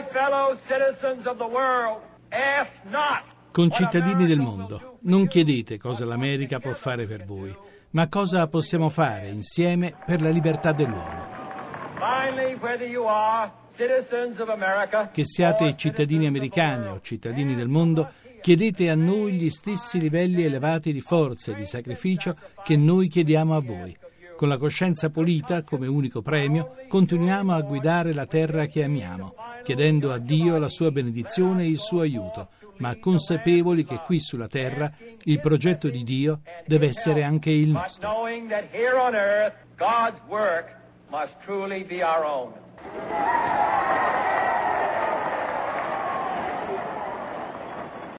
My fellow citizens of the world, ask not. Concittadini del mondo, non chiedete cosa l'America può fare per voi, ma cosa possiamo fare insieme per la libertà dell'uomo. Finally, whether you are citizens of America, Che siate cittadini americani o cittadini del mondo, chiedete a noi gli stessi livelli elevati di forza e di sacrificio che noi chiediamo a voi. Con la coscienza pulita come unico premio, continuiamo a guidare la terra che amiamo, chiedendo a Dio la sua benedizione e il suo aiuto, ma consapevoli che qui sulla terra il progetto di Dio deve essere anche il nostro. knowing that here on earth God's work must truly be our own.